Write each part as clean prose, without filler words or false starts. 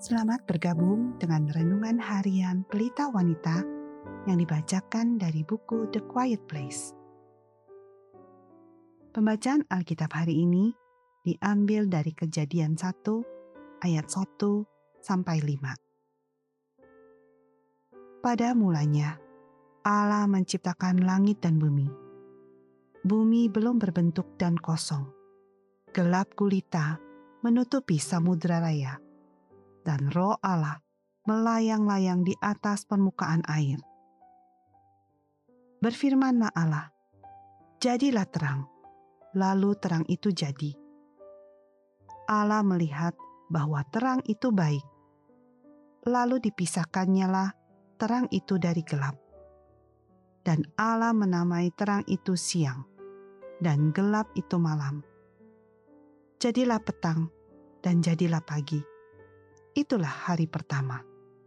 Selamat bergabung dengan Renungan Harian Pelita Wanita yang dibacakan dari buku The Quiet Place. Pembacaan Alkitab hari ini diambil dari Kejadian 1 ayat 1 sampai 5. Pada mulanya, Allah menciptakan langit dan bumi. Bumi belum berbentuk dan kosong. Gelap gulita menutupi samudera raya. Dan Roh Allah melayang-layang di atas permukaan air. Berfirmanlah Allah, jadilah terang, lalu terang itu jadi. Allah melihat bahwa terang itu baik, lalu dipisahkannyalah terang itu dari gelap. Dan Allah menamai terang itu siang, dan gelap itu malam. Jadilah petang, dan jadilah pagi. Itulah hari pertama.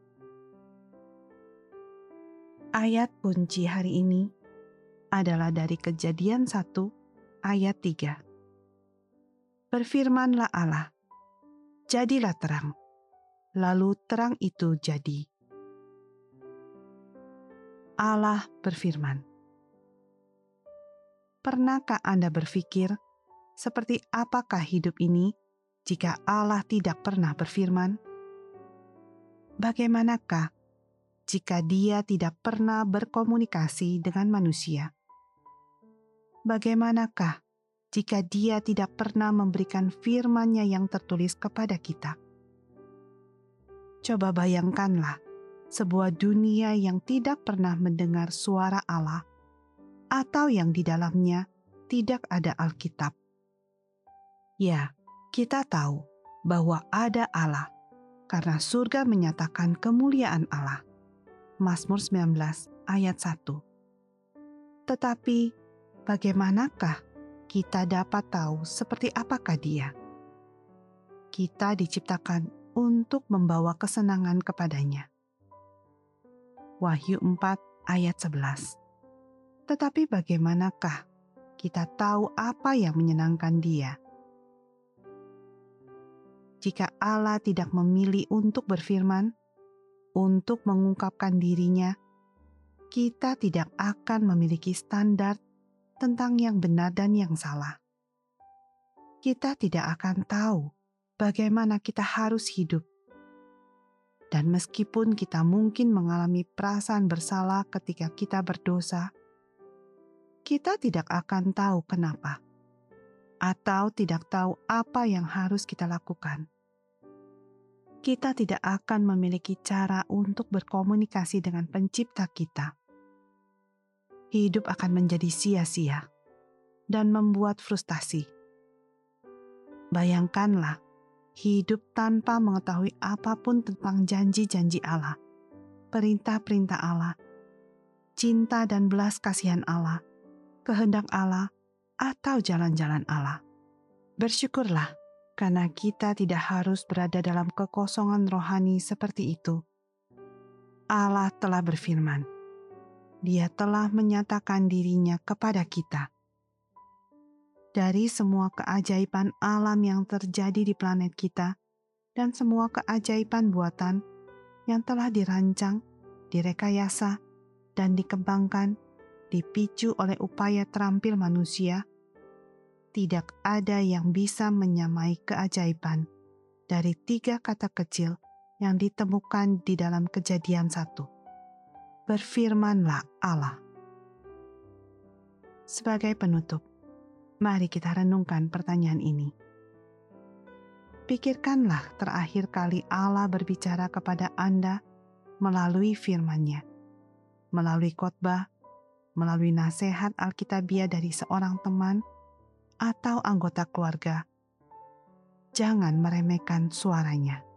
Ayat kunci hari ini adalah dari Kejadian 1 ayat 3. Berfirmanlah Allah, jadilah terang, lalu terang itu jadi. Allah berfirman. Pernahkah Anda berpikir seperti apakah hidup ini jika Allah tidak pernah berfirman? Bagaimanakah jika Dia tidak pernah berkomunikasi dengan manusia? Bagaimanakah jika Dia tidak pernah memberikan firman-Nya yang tertulis kepada kita? Coba bayangkanlah sebuah dunia yang tidak pernah mendengar suara Allah atau yang di dalamnya tidak ada Alkitab. Ya, kita tahu bahwa ada Allah karena surga menyatakan kemuliaan Allah. Mazmur 19 ayat 1. Tetapi bagaimanakah kita dapat tahu seperti apakah Dia? Kita diciptakan untuk membawa kesenangan kepadanya. Wahyu 4 ayat 11. Tetapi bagaimanakah kita tahu apa yang menyenangkan Dia? Jika Allah tidak memilih untuk berfirman, untuk mengungkapkan dirinya, kita tidak akan memiliki standar tentang yang benar dan yang salah. Kita tidak akan tahu bagaimana kita harus hidup. Dan meskipun kita mungkin mengalami perasaan bersalah ketika kita berdosa, kita tidak akan tahu kenapa, atau tidak tahu apa yang harus kita lakukan. Kita tidak akan memiliki cara untuk berkomunikasi dengan Pencipta kita. Hidup akan menjadi sia-sia dan membuat frustasi. Bayangkanlah hidup tanpa mengetahui apapun tentang janji-janji Allah, perintah-perintah Allah, cinta dan belas kasihan Allah, kehendak Allah, atau jalan-jalan Allah. Bersyukurlah karena kita tidak harus berada dalam kekosongan rohani seperti itu. Allah telah berfirman. Dia telah menyatakan dirinya kepada kita. Dari semua keajaiban alam yang terjadi di planet kita dan semua keajaiban buatan yang telah dirancang, direkayasa, dan dikembangkan, dipicu oleh upaya terampil manusia, tidak ada yang bisa menyamai keajaiban dari 3 kata kecil yang ditemukan di dalam Kejadian 1. Berfirmanlah Allah. Sebagai penutup, mari kita renungkan pertanyaan ini. Pikirkanlah terakhir kali Allah berbicara kepada Anda melalui firman-Nya, melalui khotbah, melalui nasihat Alkitabiah dari seorang teman, atau anggota keluarga. Jangan meremehkan suaranya.